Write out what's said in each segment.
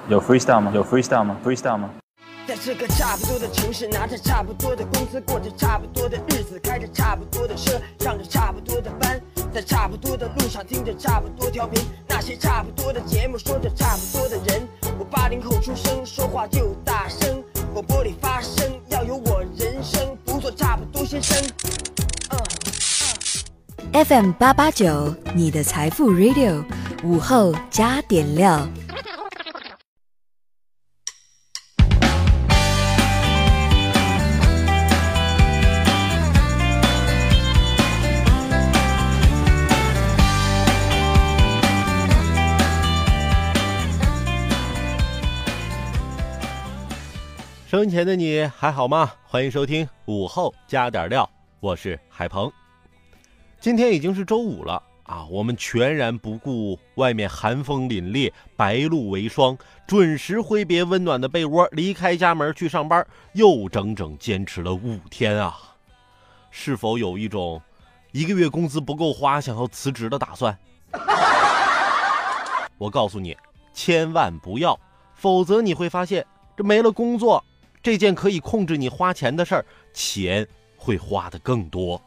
有 freestyle 吗？有 freestyle 吗 ？freestyle 吗？ 在这个差不多的城市，拿着差不多的工资，过着差不多的日子，开着差不多的车，上着差不多的班，在差不多的路上听着差不多调频，那些差不多的节目，说着差不多的人。我80后出生，说话就大声，广播里发声，要有我人生，不做差不多先生。 FM 889，你的财富 Radio， 午后加点料。 收音前的你还好吗？欢迎收听午后加点料，我是海鹏。今天已经是周五了啊，我们全然不顾外面寒风凛冽，白露为霜，准时挥别温暖的被窝，离开家门去上班，又整整坚持了5天啊！是否有一种1个月工资不够花，想要辞职的打算？我告诉你，千万不要，否则你会发现，这没了工作这件可以控制你花钱的事儿，钱会花得更多。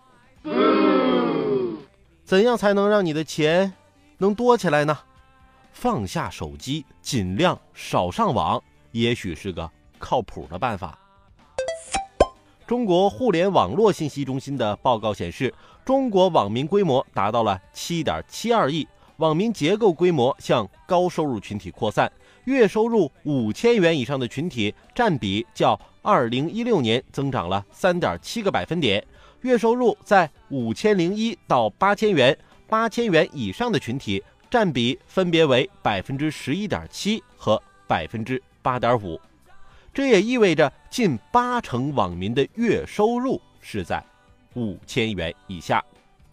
怎样才能让你的钱能多起来呢？放下手机，尽量少上网，也许是个靠谱的办法。中国互联网络信息中心的报告显示，中国网民规模达到了 7.72 亿，网民结构规模向高收入群体扩散，月收入5000元以上的群体占比较2016年增长了 3.7 个百分点，月收入在5001到8000元，8000元以上的群体占比分别为 11.7% 和 8.5%。这也意味着近80%网民的月收入是在5000元以下。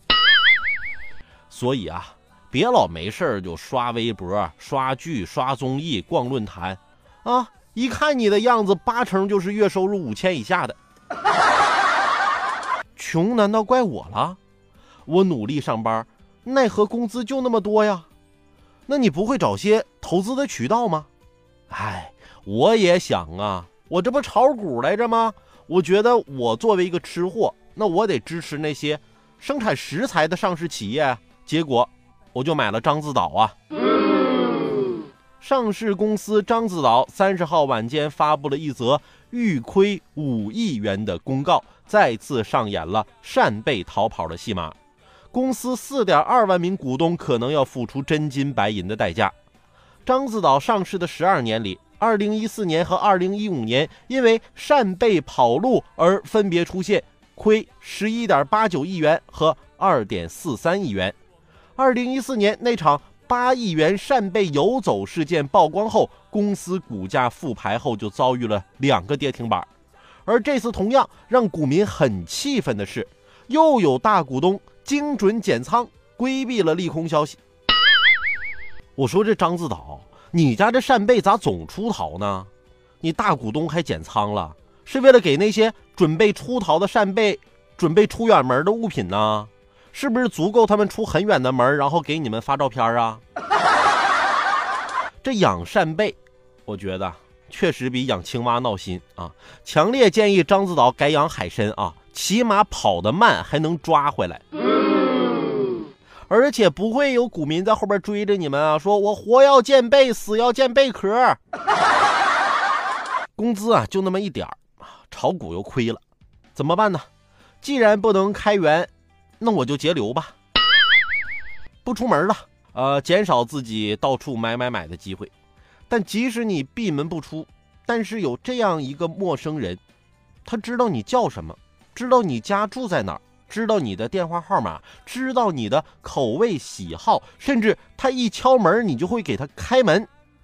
所以啊，别老没事就刷微博、刷剧、刷综艺、逛论坛啊！一看你的样子，80%就是月收入5000以下的。穷难道怪我了？我努力上班，奈何工资就那么多呀？那你不会找些投资的渠道吗？哎，我也想啊，我这不炒股来着吗？我觉得我作为一个吃货，那我得支持那些生产食材的上市企业，结果我就买了獐子岛啊。上市公司獐子岛30号晚间发布了一则预亏5亿元的公告，再次上演了扇贝逃跑的戏码。公司4.2万名股东可能要付出真金白银的代价。獐子岛上市的12年里，2014年和2015年因为扇贝跑路而分别出现亏11.89亿元和2.43亿元。2014年那场8亿元扇贝游走事件曝光后，公司股价复牌后就遭遇了2个跌停板。而这次同样让股民很气愤的是，又有大股东精准减仓，规避了利空消息。我说这獐子岛，你家这扇贝咋总出逃呢？你大股东还减仓了，是为了给那些准备出逃的扇贝准备出远门的物品呢？是不是足够他们出很远的门，然后给你们发照片啊？这养扇贝，我觉得确实比养青蛙闹心啊！强烈建议獐子岛改养海参啊，起码跑得慢还能抓回来。而且不会有股民在后边追着你们啊，说我活要见贝，死要见贝壳。工资啊就那么一点儿，炒股又亏了，怎么办呢？既然不能开源，那我就节流吧，不出门了，减少自己到处买的机会。但即使你闭门不出，但是有这样一个陌生人，他知道你叫什么，知道你家住在哪儿，知道你的电话号码，知道你的口味喜好，甚至他一敲门你就会给他开门。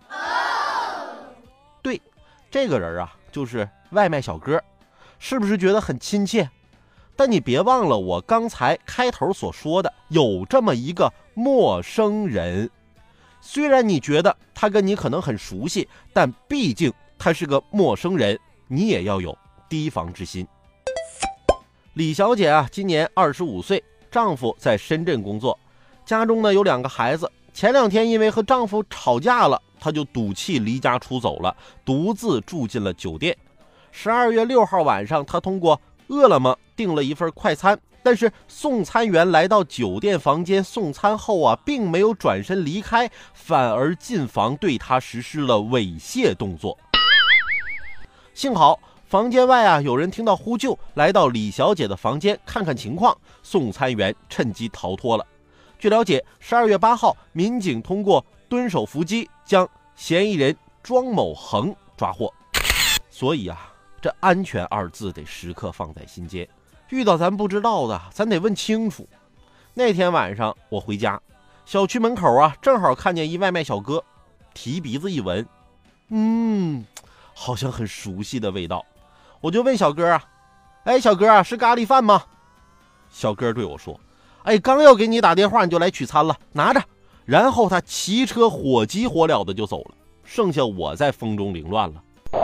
对，这个人啊就是外卖小哥，是不是觉得很亲切？但你别忘了我刚才开头所说的，有这么一个陌生人。虽然你觉得他跟你可能很熟悉，但毕竟他是个陌生人，你也要有提防之心。李小姐啊，今年25岁，丈夫在深圳工作，家中呢有2个孩子。前2天因为和丈夫吵架了，她他就赌气离家出走了，独自住进了酒店。12月6号晚上，他通过饿了么订了一份快餐，但是送餐员来到酒店房间送餐后啊，并没有转身离开，反而进房对他实施了猥亵动作。幸好房间外啊有人听到呼救，来到李小姐的房间看看情况，送餐员趁机逃脱了。据了解，12月8号，民警通过蹲守伏击将嫌疑人庄某恒抓获。所以啊，这安全2字得时刻放在心间，遇到咱不知道的，咱得问清楚。那天晚上我回家，小区门口啊，正好看见一外卖小哥，提鼻子一闻，好像很熟悉的味道。我就问小哥啊，哎，小哥啊，是咖喱饭吗？小哥对我说，哎，刚要给你打电话你就来取餐了，拿着。然后他骑车火急火燎的就走了，剩下我在风中凌乱了。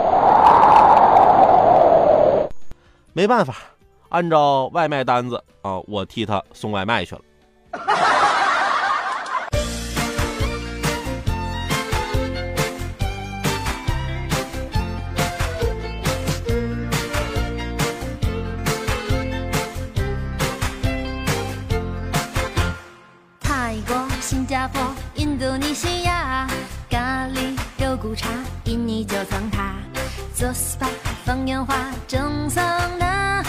没办法，按照外卖单子啊，我替他送外卖去了。 泰国、新加坡、印度尼西亚，咖喱、肉骨茶、印尼九层塔，做 SPA 放烟花、蒸桑拿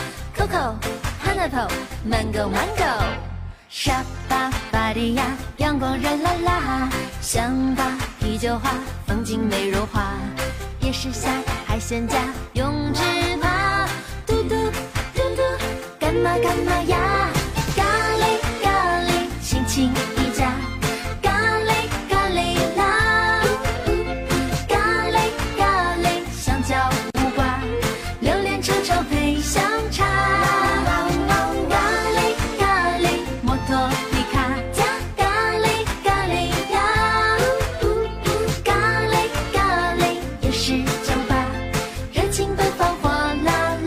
，Coco、Pineapple、Mango， 沙巴、巴堤亚，阳光热辣辣，香巴、啤酒花，风景美如画，夜市下海鲜价，永志爬，嘟嘟嘟嘟，干嘛干嘛呀？咖喱咖喱，亲亲一家，咖喱咖喱啦，咖喱咖喱，香蕉无瓜，榴莲臭臭配香茶，咖喱咖喱，摩托皮卡加咖喱咖喱呀，咖喱咖喱，夜市酒吧，热情奔放火辣辣。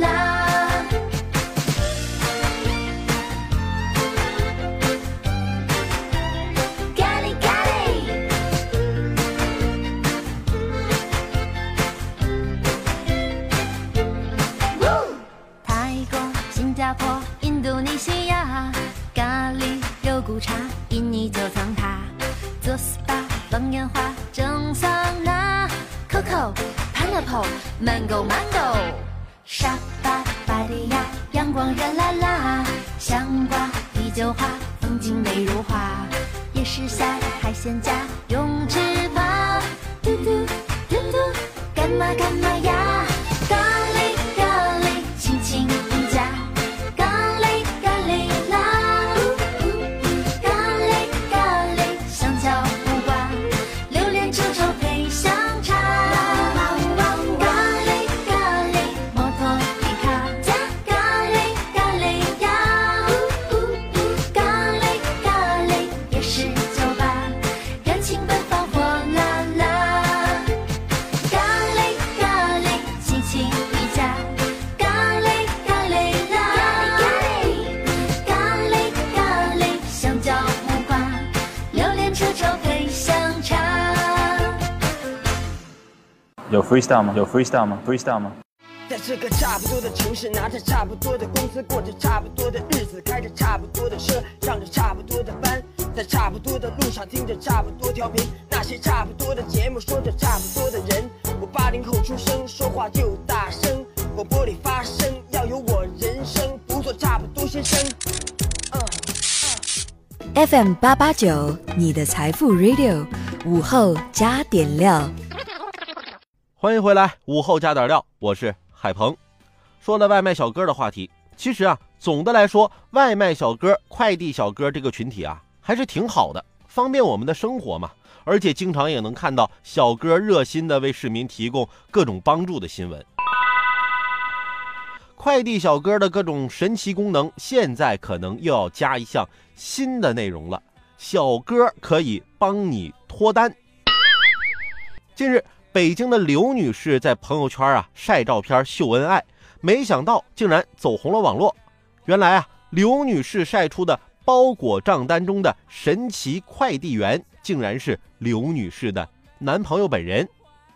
咖喱咖喱，泰国、新加坡、印度尼西亚，咖喱、肉骨茶、印尼九层塔，做 SPA 放烟花、蒸桑拿 ，Coco、Pineapple、Mango， 沙巴、巴堤亚，阳光热辣辣，香瓜、啤酒花，风景美如画，夜市下海鲜价，永志爬，嘟嘟嘟嘟，干嘛干嘛呀？咖喱咖喱，亲亲一家，咖喱咖喱啦，咖喱咖喱，香蕉无瓜，榴莲臭臭配香茶，咖喱咖喱，摩托皮卡加咖喱咖喱呀，咖喱咖喱，夜市酒吧，热情奔放火辣辣，咖喱咖喱，亲亲一家，咖喱咖喱啦，咖喱咖喱，香蕉无瓜，榴莲臭臭配香茶。 有 freestyle 吗？有 freestyle 吗 ？freestyle 吗？ 在这个差不多的城市，拿着差不多的工资，过着差不多的日子，开着差不多的车，上着差不多的班，在差不多的路上听着差不多调频，那些差不多的节目，说着差不多的人。我80后出生，说话就大声，广播里发声，要有我人生，不做差不多先生。 FM 889，你的财富 Radio， 午后加点料。 欢迎回来，午后加点料，我是海鹏。说了外卖小哥的话题，其实啊，总的来说，外卖小哥、快递小哥这个群体啊，还是挺好的，方便我们的生活嘛。而且经常也能看到小哥热心的为市民提供各种帮助的新闻。快递小哥的各种神奇功能，现在可能又要加一项新的内容了，小哥可以帮你脱单。近日，北京的刘女士在朋友圈啊晒照片秀恩爱，没想到竟然走红了网络。原来啊，刘女士晒出的包裹账单中的神奇快递员，竟然是刘女士的男朋友本人。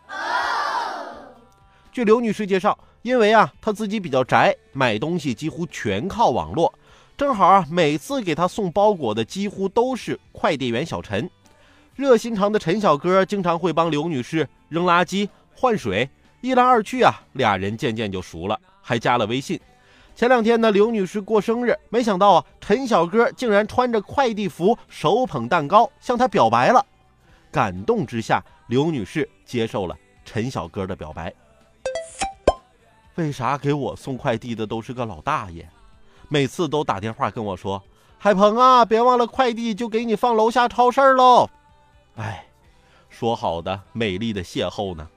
据刘女士介绍，因为她自己比较宅，买东西几乎全靠网络，正好每次给她送包裹的几乎都是快递员小陈。热心肠的陈小哥经常会帮刘女士扔垃圾、换水，一来二去俩人渐渐就熟了，还加了微信。前2天呢，刘女士过生日，没想到陈小哥竟然穿着快递服，手捧蛋糕向她表白了。感动之下，刘女士接受了陈小哥的表白。为啥给我送快递的都是个老大爷？每次都打电话跟我说，海鹏啊，别忘了快递就给你放楼下超市喽。哎，说好的美丽的邂逅呢？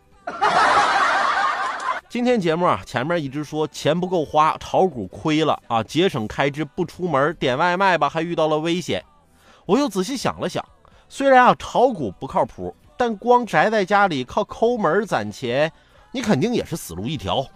今天节目前面一直说钱不够花，炒股亏了节省开支不出门，点外卖吧还遇到了危险。我又仔细想了想，虽然炒股不靠谱，但光宅在家里靠抠门攒钱，你肯定也是死路一条。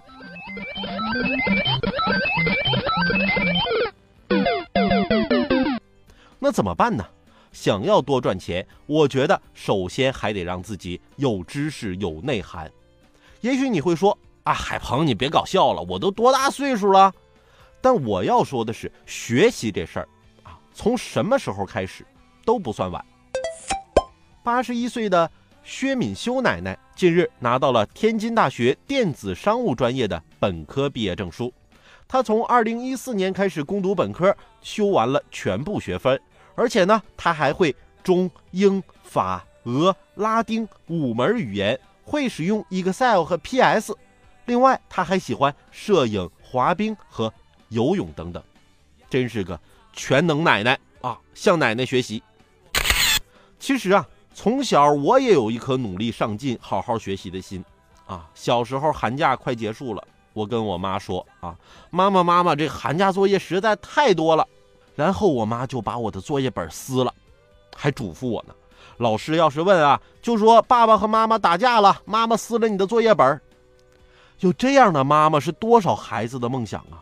那怎么办呢？想要多赚钱，我觉得首先还得让自己有知识有内涵。也许你会说海鹏你别搞笑了，我都多大岁数了？但我要说的是，学习这事儿从什么时候开始都不算晚。81岁的薛敏修奶奶近日拿到了天津大学电子商务专业的本科毕业证书。她从2014年开始攻读本科，修完了全部学分，而且呢，她还会中、英、法、俄、拉丁5门语言，会使用 Excel 和 PS。另外，她还喜欢摄影、滑冰和游泳等等，真是个全能奶奶向奶奶学习。其实从小我也有一颗努力上进、好好学习的心小时候寒假快结束了，我跟我妈说妈妈，这寒假作业实在太多了。然后我妈就把我的作业本撕了，还嘱咐我呢，老师要是问就说爸爸和妈妈打架了，妈妈撕了你的作业本。有这样的妈妈是多少孩子的梦想啊！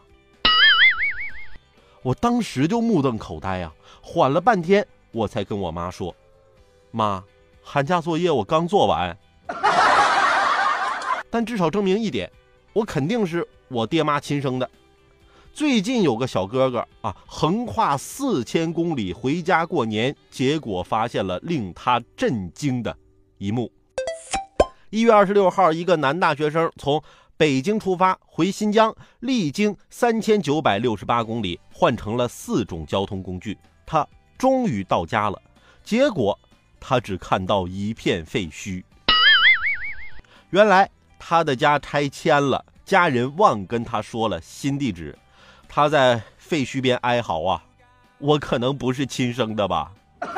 我当时就目瞪口呆缓了半天我才跟我妈说，妈，寒假作业我刚做完。但至少证明一点，我肯定是我爹妈亲生的。最近有个小哥哥横跨4000公里回家过年，结果发现了令他震惊的一幕。1月26号，一个男大学生从北京出发回新疆，历经3968公里，换乘了4种交通工具，他终于到家了。结果他只看到一片废墟。原来他的家拆迁了，家人忘跟他说了新地址。他在废墟边哀嚎我可能不是亲生的吧。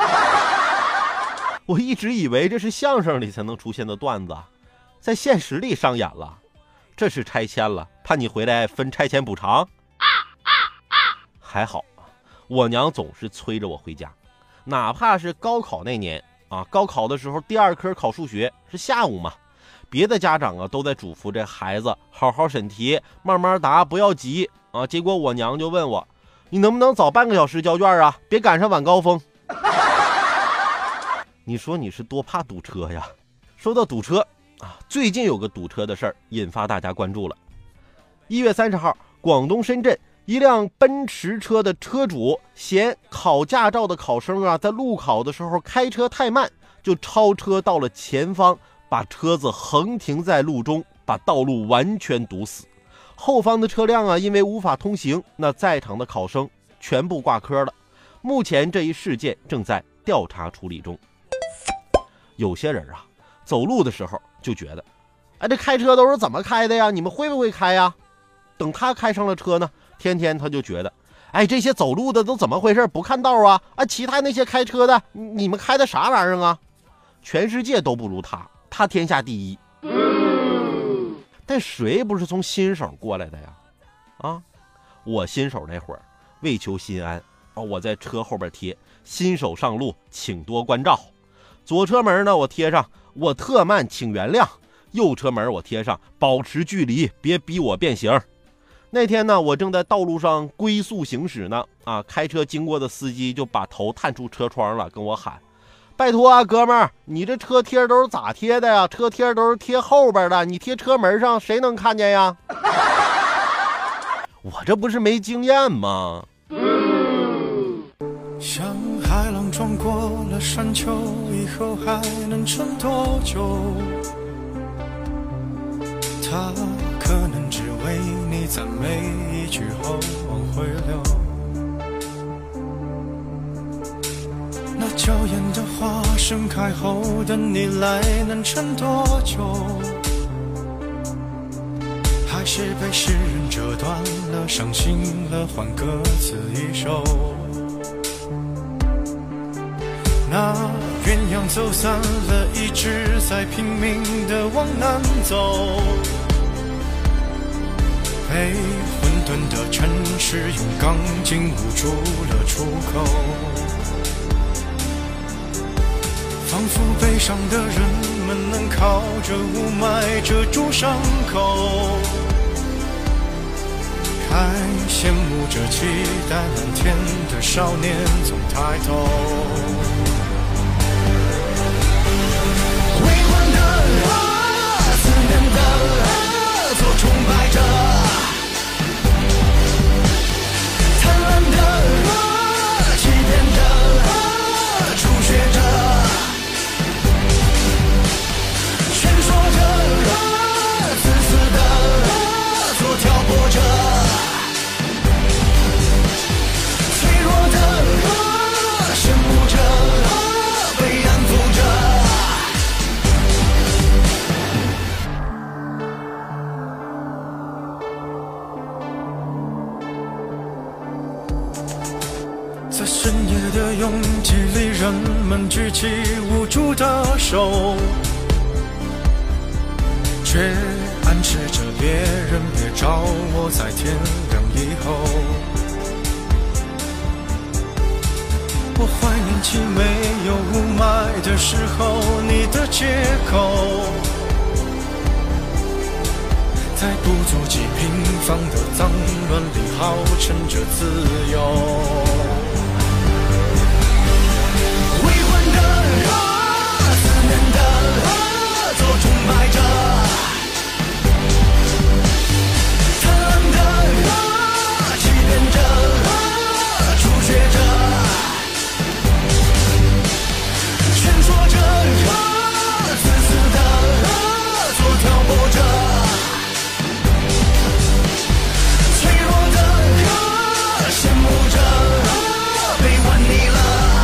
我一直以为这是相声里才能出现的段子，在现实里上演了。这是拆迁了，怕你回来分拆迁补偿。还好我娘总是催着我回家，哪怕是高考那年高考的时候第2科考数学是下午嘛，别的家长都在嘱咐这孩子好好审题，慢慢答，不要急结果我娘就问我，你能不能早半个小时交卷别赶上晚高峰。你说你是多怕堵车呀？说到堵车最近有个堵车的事儿引发大家关注了。1月30号，广东深圳一辆奔驰车的车主嫌考驾照的考生在路考的时候开车太慢，就超车到了前方，把车子横停在路中，把道路完全堵死。后方的车辆因为无法通行，那在场的考生全部挂科了。目前这一事件正在调查处理中。有些人走路的时候就觉得这开车都是怎么开的呀？你们会不会开呀？等他开上了车呢，天天他就觉得这些走路的都怎么回事，不看道其他那些开车的你们开的啥玩意儿全世界都不如他天下第一。但谁不是从新手过来的呀？我新手那会儿为求心安我在车后边贴新手上路请多关照，左车门呢我贴上我特慢请原谅，右车门我贴上保持距离别逼我变形。那天呢我正在道路上龟速行驶呢开车经过的司机就把头探出车窗了，跟我喊， 拜托啊，哥们儿，你这车贴都是咋贴的呀？车贴都是贴后边的，你贴车门上，谁能看见呀？我这不是没经验吗？ 像海浪撞过了山丘，以后还能撑多久？他可能只为你赞美一句后往回流。那娇艳的花盛开后的你来能撑多久？还是被诗人折断了，伤心了，换歌词一首。那鸳鸯走散了，一直在拼命地往南走。被混沌的城市用钢筋捂住了出口，仿佛悲伤的人们能靠着雾霾遮住伤口，还羡慕着期待蓝天的少年总抬头。微观的思念的做崇拜着，贪婪的欺骗着，初学着，劝说着，自私的做挑拨者，脆弱的羡慕着，被安抚着。在深夜的拥挤里，人们举起无助的手，却暗示着别人别找我，在天亮以后。我怀念起没有雾霾的时候，你的借口，在不足几平方的脏乱里号称着自由。崇拜着，贪婪的欺骗着，初学着，劝说着，自私的做挑拨着，脆弱的羡慕着，被玩腻了。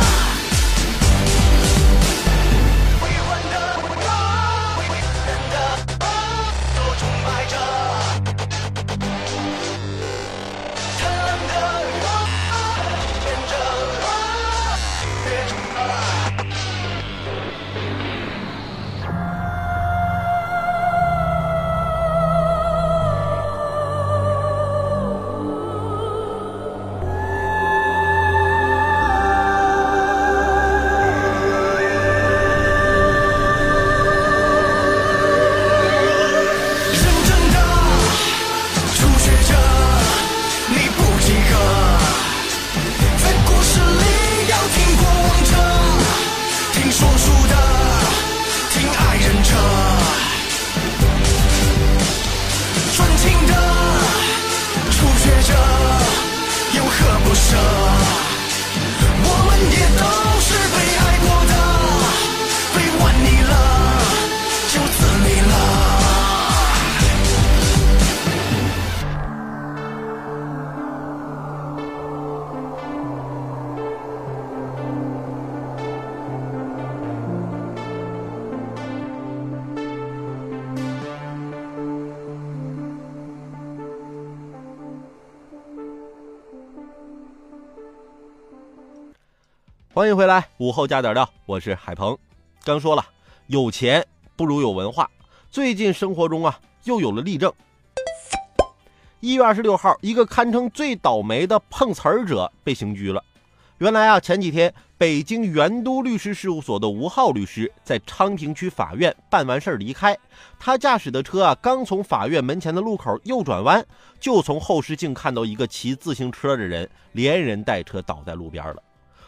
欢迎回来，午后加点料，我是海鹏。刚说了，有钱不如有文化，最近生活中又有了例证。1月26号，一个堪称最倒霉的碰瓷儿者被刑拘了。原来前几天北京元都律师事务所的吴浩律师在昌平区法院办完事离开，他驾驶的车刚从法院门前的路口右转弯，就从后视镜看到一个骑自行车的人连人带车倒在路边了。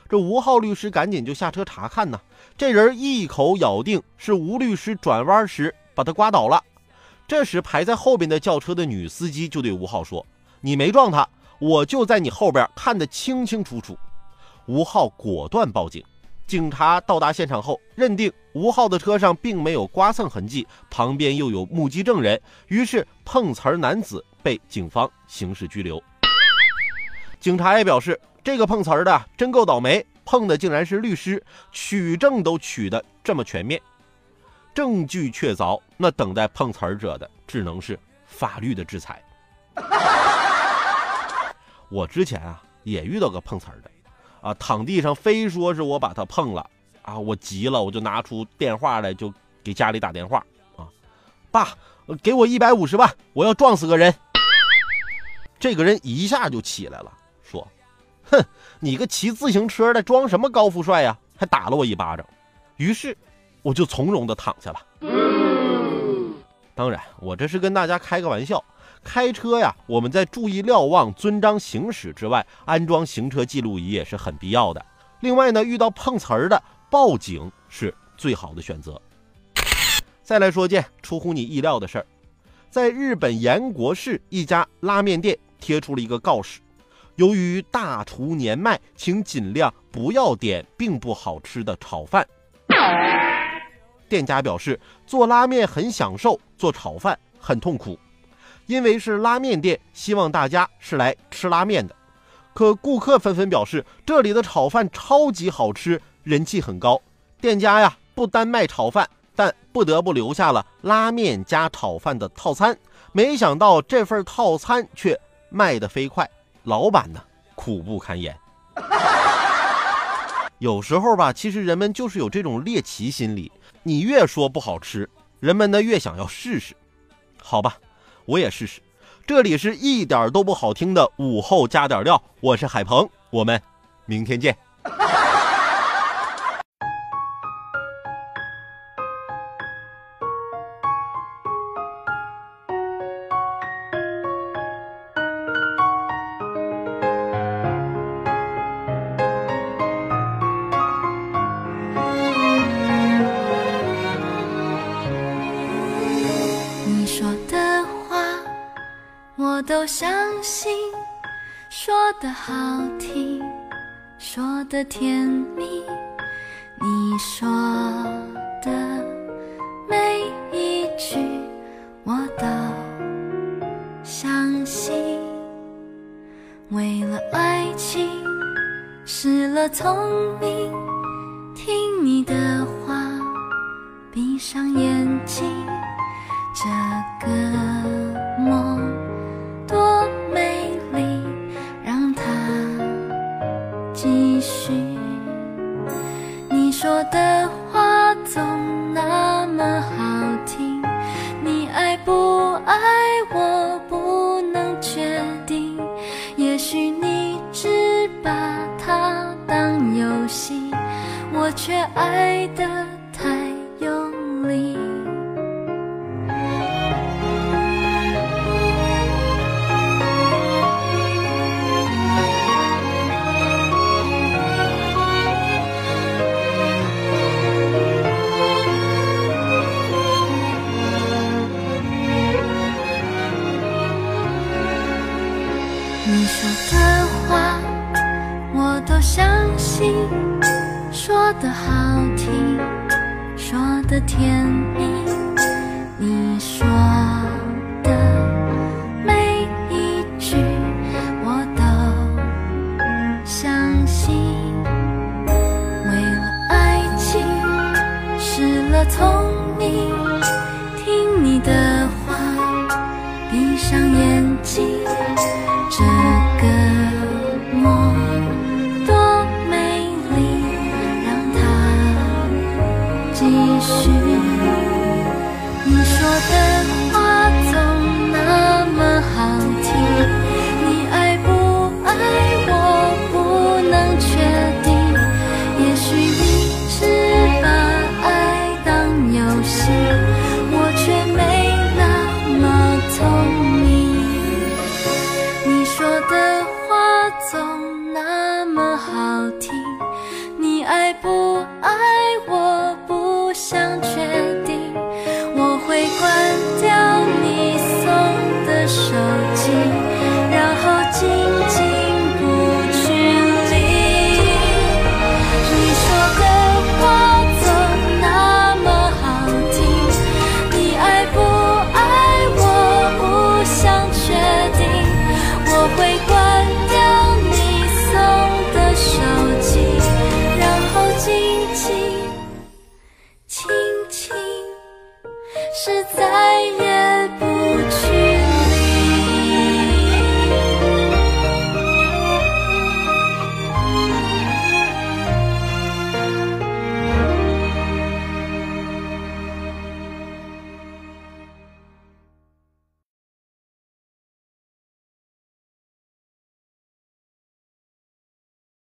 这吴浩律师赶紧就下车查看呢，这人一口咬定是吴律师转弯时把他刮倒了。这时排在后边的轿车的女司机就对吴浩说：“你没撞他，我就在你后边看得清清楚楚。”吴浩果断报警。警察到达现场后，认定吴浩的车上并没有刮蹭痕迹，旁边又有目击证人，于是碰瓷儿男子被警方刑事拘留。警察也表示，这个碰瓷儿的真够倒霉，碰的竟然是律师，取证都取得这么全面。证据确凿，那等待碰瓷儿者的只能是法律的制裁。我之前也遇到个碰瓷儿的躺地上非说是我把他碰了我急了，我就拿出电话来，就给家里打电话爸，给我150万，我要撞死个人。这个人一下就起来了，说：“哼，你个骑自行车的装什么高富帅呀？”还打了我一巴掌。于是我就从容的躺下了。当然，我这是跟大家开个玩笑。开车呀，我们在注意瞭望、遵章行驶之外，安装行车记录仪也是很必要的。另外呢，遇到碰瓷儿的，报警是最好的选择。再来说件出乎你意料的事儿，在日本岩国市一家拉面店贴出了一个告示：由于大厨年迈，请尽量不要点并不好吃的炒饭。店家表示，做拉面很享受，做炒饭很痛苦。因为是拉面店，希望大家是来吃拉面的。可顾客纷纷表示，这里的炒饭超级好吃，人气很高。店家呀，不单卖炒饭，但不得不留下了拉面加炒饭的套餐。没想到这份套餐却卖得飞快，老板呢苦不堪言。有时候吧，其实人们就是有这种猎奇心理，你越说不好吃，人们呢越想要试试。好吧，我也试试。这里是一点都不好听的午后加点料，我是海鹏，我们明天见。 你说的话我都相信，说的好听，说的甜蜜，你说的每一句我都相信。为了爱情失了聪明，听你的话，闭上眼睛，这个梦多美丽，让它继续。你说的话总那么好听，你爱不爱我不能确定，也许你只把它当游戏，我却爱得太用力。你说的话我都相信，说的好听，说的甜蜜，你说